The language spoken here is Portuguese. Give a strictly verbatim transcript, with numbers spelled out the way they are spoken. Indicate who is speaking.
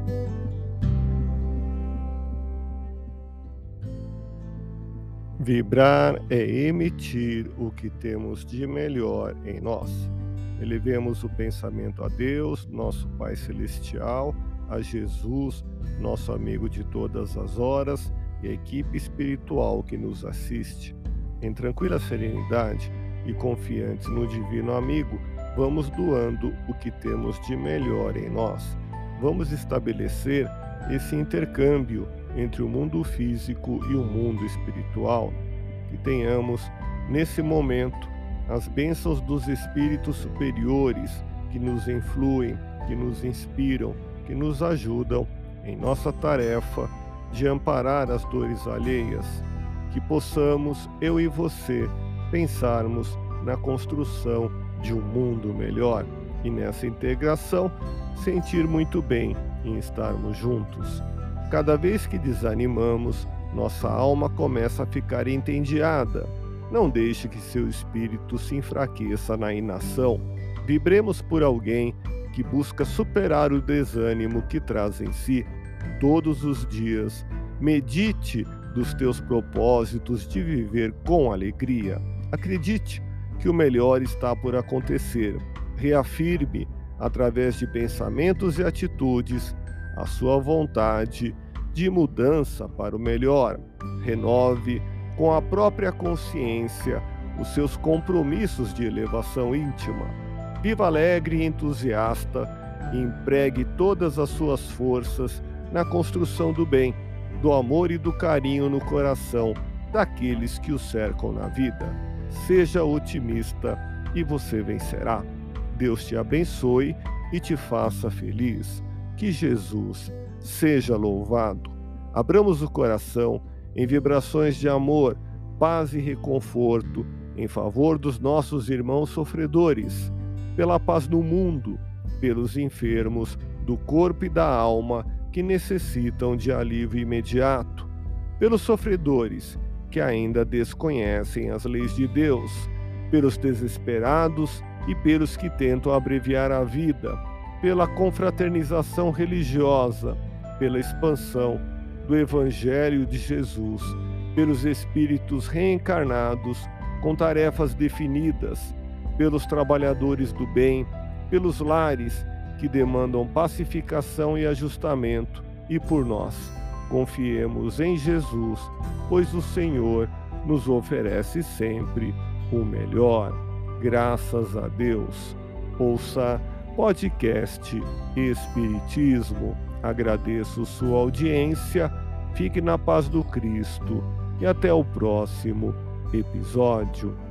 Speaker 1: Vibrar é emitir o que temos de melhor em nós. Elevemos o pensamento a Deus, nosso Pai Celestial, a Jesus, nosso amigo de todas as horas, e a equipe espiritual que nos assiste. Em tranquila serenidade e confiantes no Divino Amigo, vamos doando o que temos de melhor em nós. Vamos estabelecer esse intercâmbio entre o mundo físico e o mundo espiritual. Que tenhamos, nesse momento, as bênçãos dos espíritos superiores que nos influem, que nos inspiram, que nos ajudam em nossa tarefa de amparar as dores alheias. Que possamos, eu e você, pensarmos na construção de um mundo melhor e nessa integração sentir muito bem em estarmos juntos. Cada vez que desanimamos, nossa alma começa a ficar entediada. Não deixe que seu espírito se enfraqueça na inação. Vibremos por alguém que busca superar o desânimo que traz em si. Todos os dias, medite dos teus propósitos de viver com alegria. Acredite que o melhor está por acontecer. Reafirme, através de pensamentos e atitudes, a sua vontade de mudança para o melhor. Renove com a própria consciência os seus compromissos de elevação íntima. Viva alegre e entusiasta e empregue todas as suas forças na construção do bem, do amor e do carinho no coração daqueles que o cercam na vida. Seja otimista e você vencerá. Deus te abençoe e te faça feliz. Que Jesus seja louvado. Abramos o coração em vibrações de amor, paz e reconforto em favor dos nossos irmãos sofredores, pela paz no mundo, pelos enfermos do corpo e da alma que necessitam de alívio imediato, pelos sofredores que ainda desconhecem as leis de Deus, pelos desesperados e pelos que tentam abreviar a vida, pela confraternização religiosa, pela expansão do Evangelho de Jesus, pelos espíritos reencarnados com tarefas definidas, pelos trabalhadores do bem, pelos lares que demandam pacificação e ajustamento, e por nós. Confiemos em Jesus, pois o Senhor nos oferece sempre o melhor. Graças a Deus. Ouça podcast Espiritismo. Agradeço sua audiência, fique na paz do Cristo e até o próximo episódio.